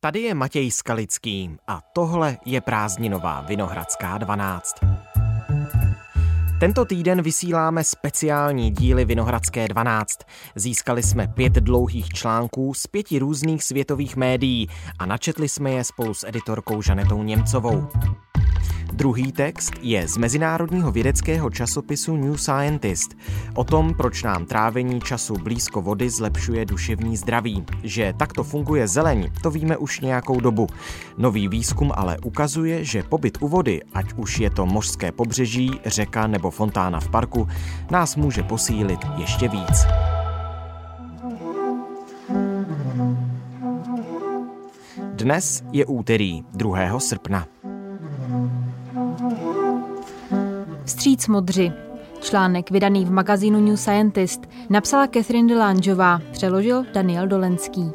Tady je Matěj Skalický a tohle je prázdninová Vinohradská 12. Tento týden vysíláme speciální díly Vinohradské 12. Získali jsme 5 dlouhých článků z 5 různých světových médií a načetli jsme je spolu s editorkou Žanetou Němcovou. Druhý text je z mezinárodního vědeckého časopisu New Scientist o tom, proč nám trávení času blízko vody zlepšuje duševní zdraví. Že takto funguje zeleň, to víme už nějakou dobu. Nový výzkum ale ukazuje, že pobyt u vody, ať už je to mořské pobřeží, řeka nebo fontána v parku, nás může posílit ještě víc. Dnes je úterý 2. srpna. Vstříc modři. Článek vydaný v magazínu New Scientist napsala Catherine DeLangeová, přeložil Daniel Dolenský.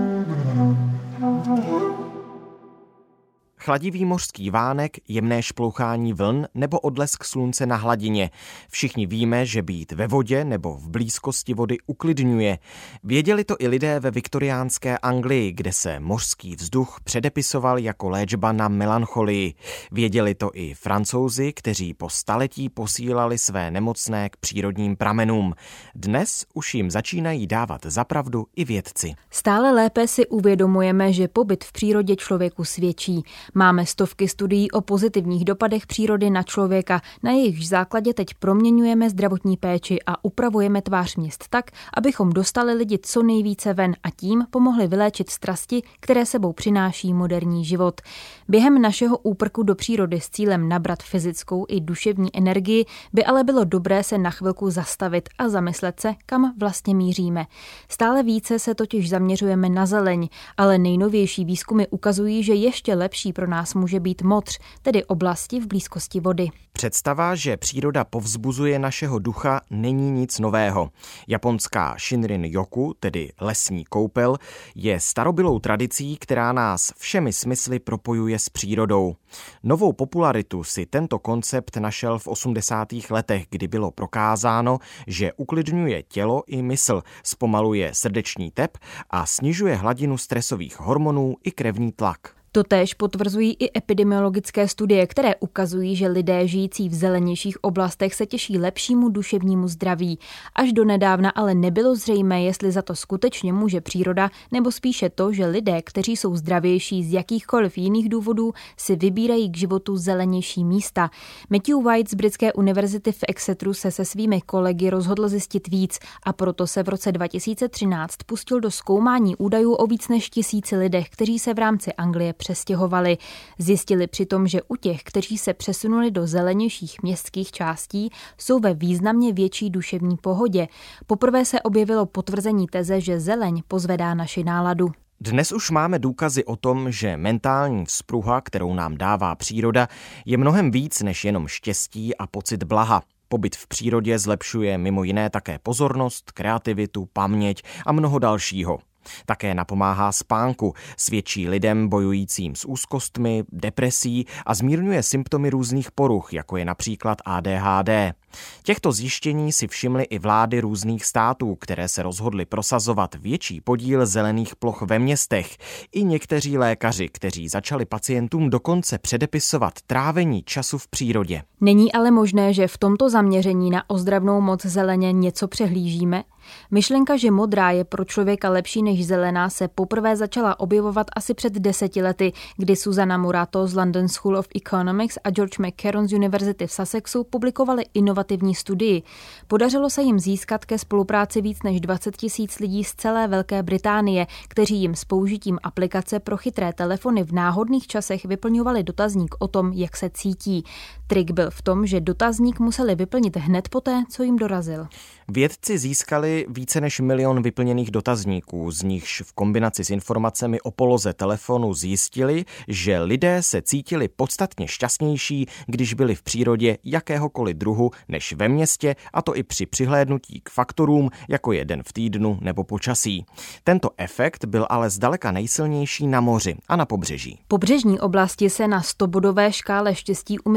Chladivý mořský vánek, jemné šplouchání vln nebo odlesk slunce na hladině. Všichni víme, že být ve vodě nebo v blízkosti vody uklidňuje. Věděli to i lidé ve viktoriánské Anglii, kde se mořský vzduch předepisoval jako léčba na melancholii. Věděli to i Francouzi, kteří po staletí posílali své nemocné k přírodním pramenům. Dnes už jim začínají dávat za pravdu i vědci. Stále lépe si uvědomujeme, že pobyt v přírodě člověku svědčí. Máme stovky studií o pozitivních dopadech přírody na člověka, na jejichž základě teď proměňujeme zdravotní péči a upravujeme tvář měst tak, abychom dostali lidi co nejvíce ven a tím pomohli vyléčit strasti, které sebou přináší moderní život. Během našeho úprku do přírody s cílem nabrat fyzickou i duševní energii by ale bylo dobré se na chvilku zastavit a zamyslet se, kam vlastně míříme. Stále více se totiž zaměřujeme na zeleň, ale nejnovější výzkumy ukazují, že ještě lepší pro nás může být modř, tedy oblasti v blízkosti vody. Představa, že příroda povzbuzuje našeho ducha, není nic nového. Japonská Shinrin-yoku, tedy lesní koupel, je starobylou tradicí, která nás všemi smysly propojuje s přírodou. Novou popularitu si tento koncept našel v 80. letech, kdy bylo prokázáno, že uklidňuje tělo i mysl, zpomaluje srdeční tep a snižuje hladinu stresových hormonů i krevní tlak. Totéž potvrzují i epidemiologické studie, které ukazují, že lidé žijící v zelenějších oblastech se těší lepšímu duševnímu zdraví. Až do nedávna ale nebylo zřejmé, jestli za to skutečně může příroda, nebo spíše to, že lidé, kteří jsou zdravější z jakýchkoliv jiných důvodů, si vybírají k životu zelenější místa. Matthew White z britské univerzity v Exeteru se svými kolegy rozhodl zjistit víc a proto se v roce 2013 pustil do zkoumání údajů o víc než 1000 lidech, kteří se v rámci Anglie přestěhovali. Zjistili přitom, že u těch, kteří se přesunuli do zelenějších městských částí, jsou ve významně větší duševní pohodě. Poprvé se objevilo potvrzení teze, že zeleň pozvedá naši náladu. Dnes už máme důkazy o tom, že mentální vzpruha, kterou nám dává příroda, je mnohem víc než jenom štěstí a pocit blaha. Pobyt v přírodě zlepšuje mimo jiné také pozornost, kreativitu, paměť a mnoho dalšího. Také napomáhá spánku, svědčí lidem bojujícím s úzkostmi, depresí a zmírňuje symptomy různých poruch, jako je například ADHD. Těchto zjištění si všimly i vlády různých států, které se rozhodly prosazovat větší podíl zelených ploch ve městech. I někteří lékaři, kteří začali pacientům dokonce předepisovat trávení času v přírodě. Není ale možné, že v tomto zaměření na ozdravnou moc zeleně něco přehlížíme? Myšlenka, že modrá je pro člověka lepší než zelená, se poprvé začala objevovat asi před 10 lety, kdy Susanna Murato z London School of Economics a George McCarron z Univerzity v Sussexu publikovali inovativní studii. Podařilo se jim získat ke spolupráci víc než 20 000 lidí z celé Velké Británie, kteří jim s použitím aplikace pro chytré telefony v náhodných časech vyplňovali dotazník o tom, jak se cítí. Trik byl v tom, že dotazník museli vyplnit hned poté, co jim dorazil. Vědci získali více než 1 milion vyplněných dotazníků, z nichž v kombinaci s informacemi o poloze telefonu zjistili, že lidé se cítili podstatně šťastnější, když byli v přírodě jakéhokoliv druhu než ve městě, a to i při přihlédnutí k faktorům, jako je den v týdnu nebo počasí. Tento efekt byl ale zdaleka nejsilnější na moři a na pobřeží. Pobřežní oblasti se na 100bodové škále štěstí umisťovaly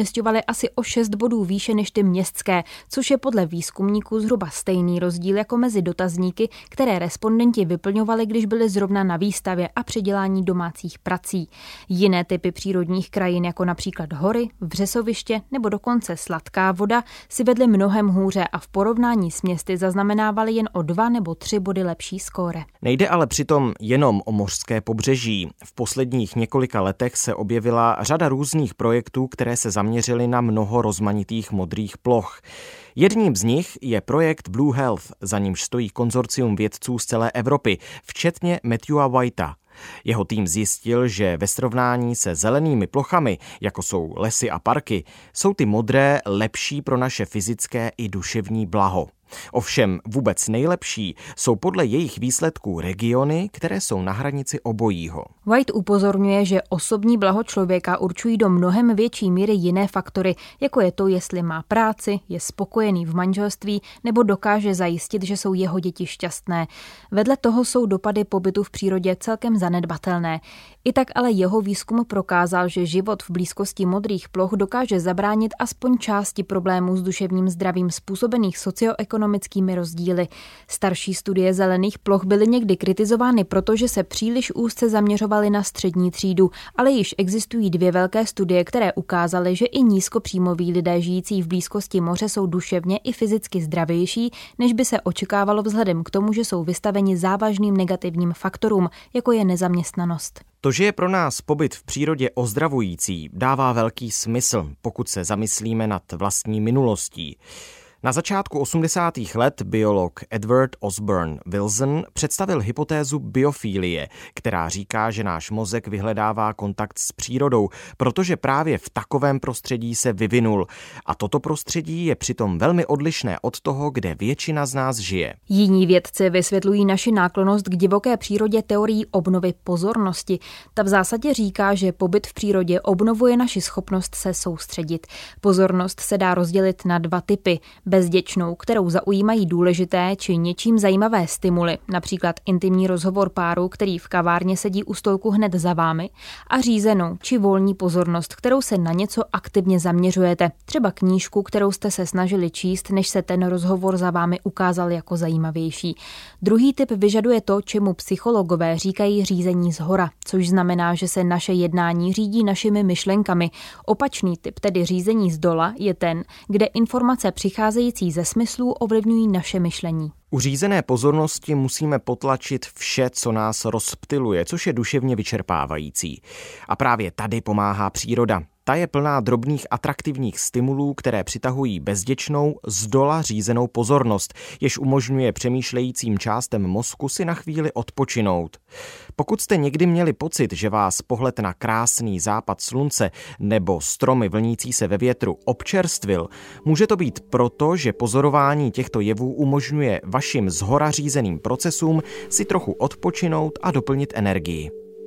asi o 6 bodů výše než ty městské, což je podle výzkumníků zhruba stejný rozdíl jako mezi dotazníky, které respondenti vyplňovali, když byli zrovna na výstavě a při dělání domácích prací. Jiné typy přírodních krajin, jako například hory, vřesoviště nebo dokonce sladká voda, si vedly mnohem hůře a v porovnání s městy zaznamenávali jen o 2 nebo 3 body lepší skóre. Nejde ale přitom jenom o mořské pobřeží. V posledních několika letech se objevila řada různých projektů, které se zaměřily na mnoho rozmanitých modrých ploch. Jedním z nich je projekt Blue Health, za nímž stojí konzorcium vědců z celé Evropy, včetně Matthewa Whitea. Jeho tým zjistil, že ve srovnání se zelenými plochami, jako jsou lesy a parky, jsou ty modré lepší pro naše fyzické i duševní blaho. Ovšem vůbec nejlepší jsou podle jejich výsledků regiony, které jsou na hranici obojího. White upozorňuje, že osobní blaho člověka určují do mnohem větší míry jiné faktory, jako je to, jestli má práci, je spokojený v manželství nebo dokáže zajistit, že jsou jeho děti šťastné. Vedle toho jsou dopady pobytu v přírodě celkem zanedbatelné. I tak ale jeho výzkum prokázal, že život v blízkosti modrých ploch dokáže zabránit aspoň části problémů s duševním zdravím způsobených socioekonomickými rozdíly. Starší studie zelených ploch byly někdy kritizovány, protože se příliš úzce zaměřovaly na střední třídu, ale již existují 2 velké studie, které ukázaly, že i nízkopříjmoví lidé žijící v blízkosti moře jsou duševně i fyzicky zdravější, než by se očekávalo vzhledem k tomu, že jsou vystaveni závažným negativním faktorům, jako je nezaměstnanost. To, že je pro nás pobyt v přírodě ozdravující, dává velký smysl, pokud se zamyslíme nad vlastní minulostí. Na začátku 80. let biolog Edward Osborne Wilson představil hypotézu biofílie, která říká, že náš mozek vyhledává kontakt s přírodou, protože právě v takovém prostředí se vyvinul. A toto prostředí je přitom velmi odlišné od toho, kde většina z nás žije. Jiní vědci vysvětlují naši náklonnost k divoké přírodě teorií obnovy pozornosti. Ta v zásadě říká, že pobyt v přírodě obnovuje naši schopnost se soustředit. Pozornost se dá rozdělit na 2 typy. Bezděčnou, kterou zaujímají důležité či něčím zajímavé stimuly, například intimní rozhovor páru, který v kavárně sedí u stolku hned za vámi, a řízenou či volní pozornost, kterou se na něco aktivně zaměřujete, třeba knížku, kterou jste se snažili číst, než se ten rozhovor za vámi ukázal jako zajímavější. Druhý typ vyžaduje to, čemu psychologové říkají řízení zhora, což znamená, že se naše jednání řídí našimi myšlenkami. Opačný typ, tedy řízení zdola, je ten, kde informace přicházející ze smyslů ovlivňují naše myšlení. U řízené pozornosti musíme potlačit vše, co nás rozptyluje, což je duševně vyčerpávající. A právě tady pomáhá příroda. Ta je plná drobných atraktivních stimulů, které přitahují bezděčnou, zdola řízenou pozornost, jež umožňuje přemýšlejícím částem mozku si na chvíli odpočinout. Pokud jste někdy měli pocit, že vás pohled na krásný západ slunce nebo stromy vlnící se ve větru občerstvil, může to být proto, že pozorování těchto jevů umožňuje vašim zhora řízeným procesům si trochu odpočinout a doplnit energii.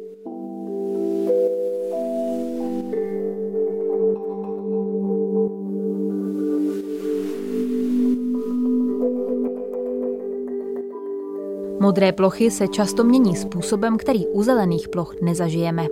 Modré plochy se často mění způsobem, který u zelených ploch nezažijeme.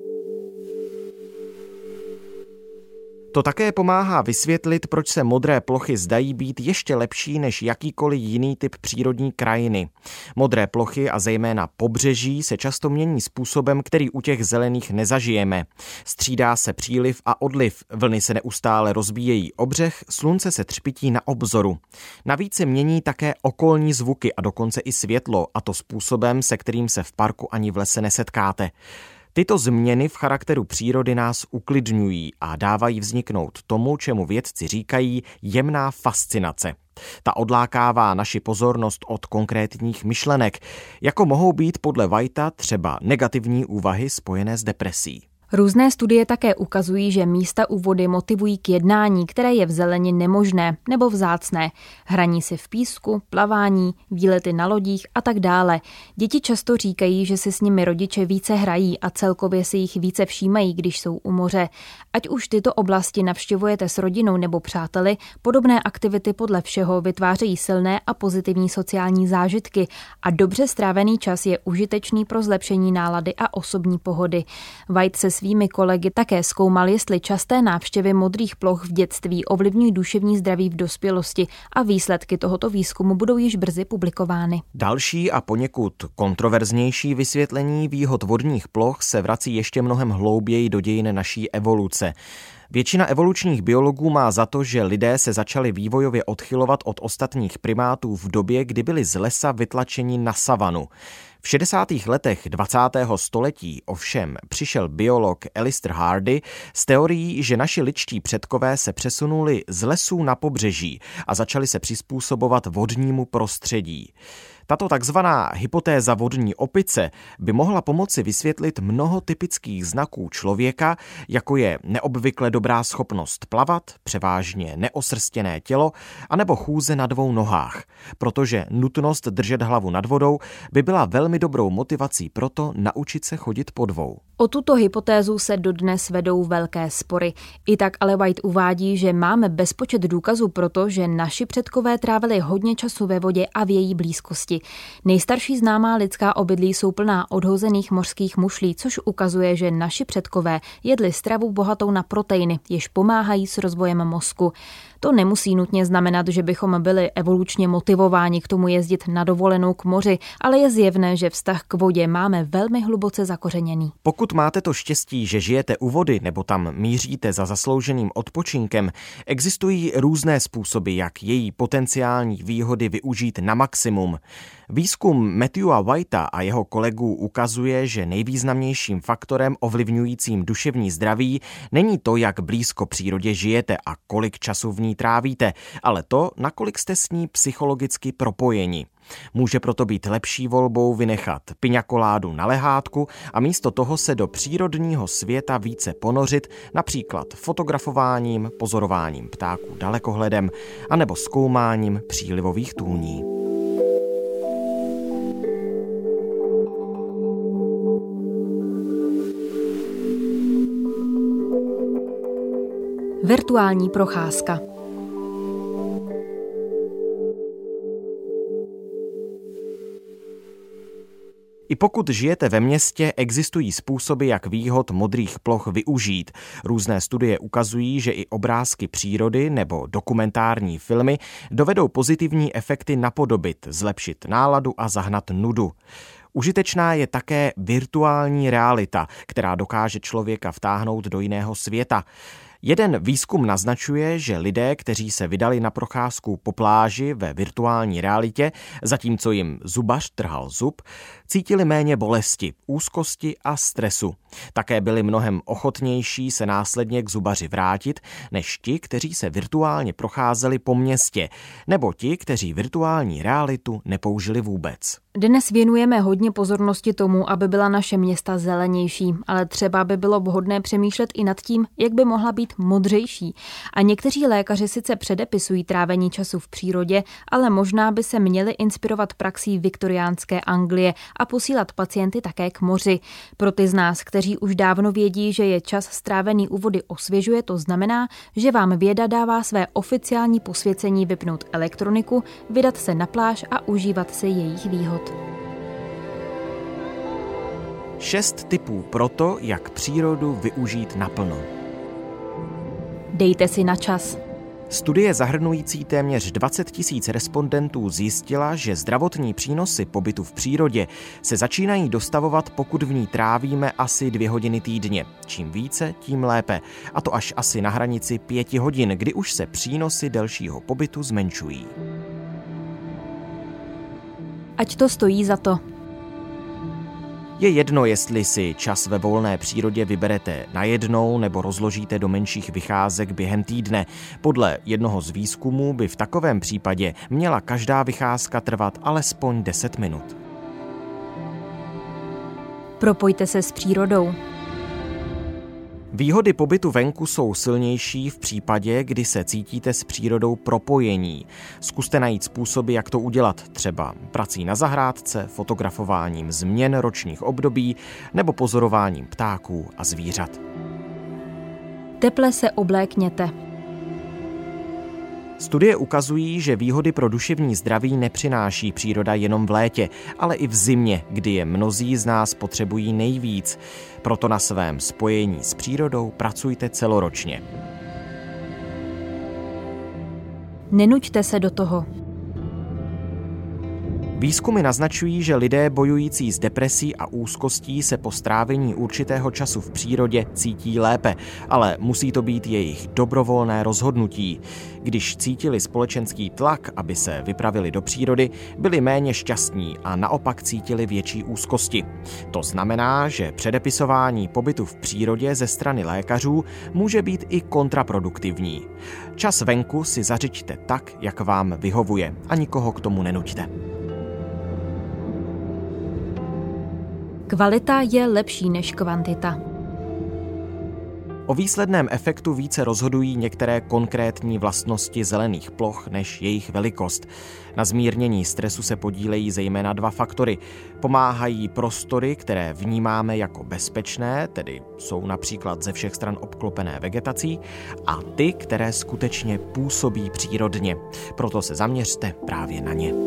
To také pomáhá vysvětlit, proč se modré plochy zdají být ještě lepší než jakýkoliv jiný typ přírodní krajiny. Modré plochy a zejména pobřeží se často mění způsobem, který u těch zelených nezažijeme. Střídá se příliv a odliv, vlny se neustále rozbíjejí o břeh, slunce se třpytí na obzoru. Navíc se mění také okolní zvuky a dokonce i světlo, a to způsobem, se kterým se v parku ani v lese nesetkáte. Tyto změny v charakteru přírody nás uklidňují a dávají vzniknout tomu, čemu vědci říkají jemná fascinace. Ta odlákává naši pozornost od konkrétních myšlenek, jako mohou být podle Whitea třeba negativní úvahy spojené s depresí. Různé studie také ukazují, že místa u vody motivují k jednání, které je v zeleni nemožné nebo vzácné. Hraní si v písku, plavání, výlety na lodích a tak dále. Děti často říkají, že si s nimi rodiče více hrají a celkově si jich více všímají, když jsou u moře. Ať už tyto oblasti navštěvujete s rodinou nebo přáteli, podobné aktivity podle všeho vytvářejí silné a pozitivní sociální zážitky a dobře strávený čas je užitečný pro zlepšení nálady a osobní pohody. White se svými kolegy také zkoumal, jestli časté návštěvy modrých ploch v dětství ovlivňují duševní zdraví v dospělosti a výsledky tohoto výzkumu budou již brzy publikovány. Další a poněkud kontroverznější vysvětlení výhod vodních ploch se vrací ještě mnohem hlouběji do dějin naší evoluce. Většina evolučních biologů má za to, že lidé se začali vývojově odchylovat od ostatních primátů v době, kdy byli z lesa vytlačeni na savanu. V 60. letech 20. století ovšem přišel biolog Alistair Hardy s teorií, že naši lidští předkové se přesunuli z lesů na pobřeží a začali se přizpůsobovat vodnímu prostředí. Tato takzvaná hypotéza vodní opice by mohla pomoci vysvětlit mnoho typických znaků člověka, jako je neobvykle dobrá schopnost plavat, převážně neosrstěné tělo, anebo chůze na dvou nohách, protože nutnost držet hlavu nad vodou by byla velmi dobrou motivací pro to naučit se chodit po dvou. O tuto hypotézu se dodnes vedou velké spory. I tak ale White uvádí, že máme bezpočet důkazů pro to, že naši předkové trávili hodně času ve vodě a v její blízkosti. Nejstarší známá lidská obydlí jsou plná odhozených mořských mušlí, což ukazuje, že naši předkové jedli stravu bohatou na proteiny, jež pomáhají s rozvojem mozku. To nemusí nutně znamenat, že bychom byli evolučně motivováni k tomu jezdit na dovolenou k moři, ale je zjevné, že vztah k vodě máme velmi hluboce zakořeněný. Pokud máte to štěstí, že žijete u vody nebo tam míříte za zaslouženým odpočinkem, existují různé způsoby, jak její potenciální výhody využít na maximum. Výzkum Matthewa Whitea a jeho kolegů ukazuje, že nejvýznamnějším faktorem ovlivňujícím duševní zdraví není to, jak blízko přírodě žijete a kolik času v ní trávíte, ale to, nakolik jste s ní psychologicky propojeni. Může proto být lepší volbou vynechat piňakoládu na lehátku a místo toho se do přírodního světa více ponořit, například fotografováním, pozorováním ptáků dalekohledem anebo zkoumáním přílivových tůní. Virtuální procházka. I pokud žijete ve městě, existují způsoby, jak výhod modrých ploch využít. Různé studie ukazují, že i obrázky přírody nebo dokumentární filmy dovedou pozitivní efekty napodobit, zlepšit náladu a zahnat nudu. Užitečná je také virtuální realita, která dokáže člověka vtáhnout do jiného světa. Jeden výzkum naznačuje, že lidé, kteří se vydali na procházku po pláži ve virtuální realitě, zatímco jim zubař trhal zub, cítili méně bolesti, úzkosti a stresu. Také byli mnohem ochotnější se následně k zubaři vrátit, než ti, kteří se virtuálně procházeli po městě, nebo ti, kteří virtuální realitu nepoužili vůbec. Dnes věnujeme hodně pozornosti tomu, aby byla naše města zelenější, ale třeba by bylo vhodné přemýšlet i nad tím, jak by mohla být modřejší. A někteří lékaři sice předepisují trávení času v přírodě, ale možná by se měli inspirovat praxí viktoriánské Anglie a posílat pacienty také k moři. Pro ty z nás, kteří už dávno vědí, že je čas strávený u vody osvěžuje, to znamená, že vám věda dává své oficiální posvěcení vypnout elektroniku, vydat se na pláž a užívat si jejich výhod. 6 tipů pro to, jak přírodu využít naplno. Dejte si na čas. Studie zahrnující téměř 20 000 respondentů zjistila, že zdravotní přínosy pobytu v přírodě se začínají dostavovat, pokud v ní trávíme asi 2 hodiny týdně. Čím více, tím lépe. A to až asi na hranici 5 hodin, kdy už se přínosy delšího pobytu zmenšují. Ať to stojí za to. Je jedno, jestli si čas ve volné přírodě vyberete najednou nebo rozložíte do menších vycházek během týdne. Podle jednoho z výzkumů by v takovém případě měla každá vycházka trvat alespoň 10 minut. Propojte se s přírodou. Výhody pobytu venku jsou silnější v případě, kdy se cítíte s přírodou propojení. Zkuste najít způsoby, jak to udělat, třeba prací na zahrádce, fotografováním změn ročních období nebo pozorováním ptáků a zvířat. Teple se oblékněte. Studie ukazují, že výhody pro duševní zdraví nepřináší příroda jenom v létě, ale i v zimě, kdy je mnozí z nás potřebují nejvíc. Proto na svém spojení s přírodou pracujte celoročně. Nenuťte se do toho. Výzkumy naznačují, že lidé bojující s depresí a úzkostí se po strávení určitého času v přírodě cítí lépe, ale musí to být jejich dobrovolné rozhodnutí. Když cítili společenský tlak, aby se vypravili do přírody, byli méně šťastní a naopak cítili větší úzkosti. To znamená, že předepisování pobytu v přírodě ze strany lékařů může být i kontraproduktivní. Čas venku si zařiďte tak, jak vám vyhovuje, a nikoho k tomu nenuťte. Kvalita je lepší než kvantita. O výsledném efektu více rozhodují některé konkrétní vlastnosti zelených ploch než jejich velikost. Na zmírnění stresu se podílejí zejména 2 faktory. Pomáhají prostory, které vnímáme jako bezpečné, tedy jsou například ze všech stran obklopené vegetací, a ty, které skutečně působí přírodně. Proto se zaměřte právě na ně.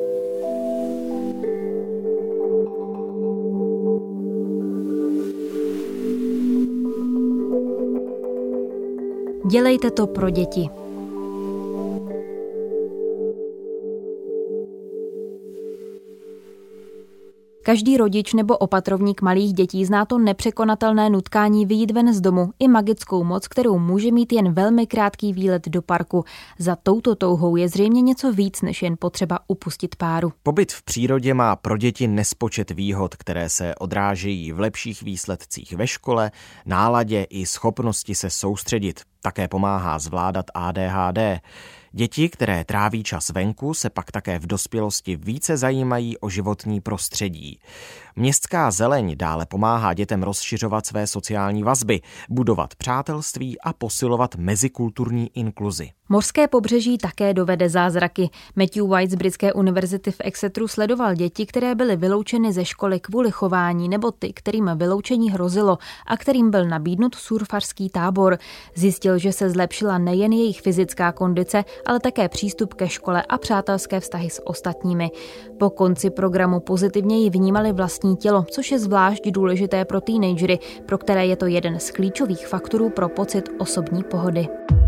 Dělejte to pro děti. Každý rodič nebo opatrovník malých dětí zná to nepřekonatelné nutkání vyjít ven z domu i magickou moc, kterou může mít jen velmi krátký výlet do parku. Za touto touhou je zřejmě něco víc, než jen potřeba upustit páru. Pobyt v přírodě má pro děti nespočet výhod, které se odrážejí v lepších výsledcích ve škole, náladě i schopnosti se soustředit. Také pomáhá zvládat ADHD. Děti, které tráví čas venku, se pak také v dospělosti více zajímají o životní prostředí. Městská zeleň dále pomáhá dětem rozšiřovat své sociální vazby, budovat přátelství a posilovat mezikulturní inkluzi. Mořské pobřeží také dovede zázraky. Matthew White z Britské univerzity v Exeteru sledoval děti, které byly vyloučeny ze školy kvůli chování, nebo ty, kterým vyloučení hrozilo a kterým byl nabídnut surfařský tábor. Zjistil, že se zlepšila nejen jejich fyzická kondice, ale také přístup ke škole a přátelské vztahy s ostatními. Po konci programu pozitivněji vnímali vlastní tělo, což je zvlášť důležité pro teenagery, pro které je to jeden z klíčových faktorů pro pocit osobní pohody.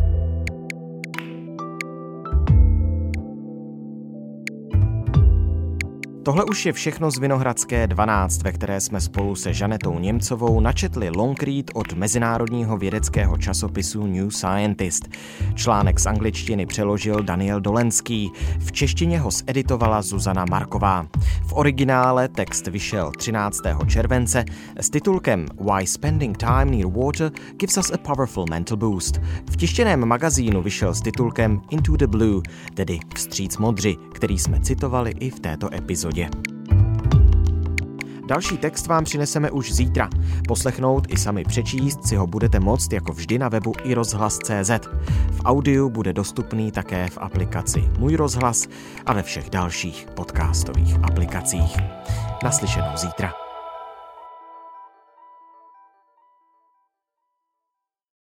Tohle už je všechno z Vinohradské 12, ve které jsme spolu se Žanetou Němcovou načetli long read od mezinárodního vědeckého časopisu New Scientist. Článek z angličtiny přeložil Daniel Dolenský, v češtině ho zeditovala Zuzana Marková. V originále text vyšel 13. července s titulkem Why Spending Time Near Water Gives Us a Powerful Mental Boost. V tištěném magazínu vyšel s titulkem Into the Blue, tedy Vstříc modři, který jsme citovali i v této epizodě. Další text vám přineseme už zítra. Poslechnout i sami přečíst si ho budete moct jako vždy na webu iRozhlas.cz. V audiu bude dostupný také v aplikaci Můj rozhlas a ve všech dalších podcastových aplikacích. Naslyšenou zítra.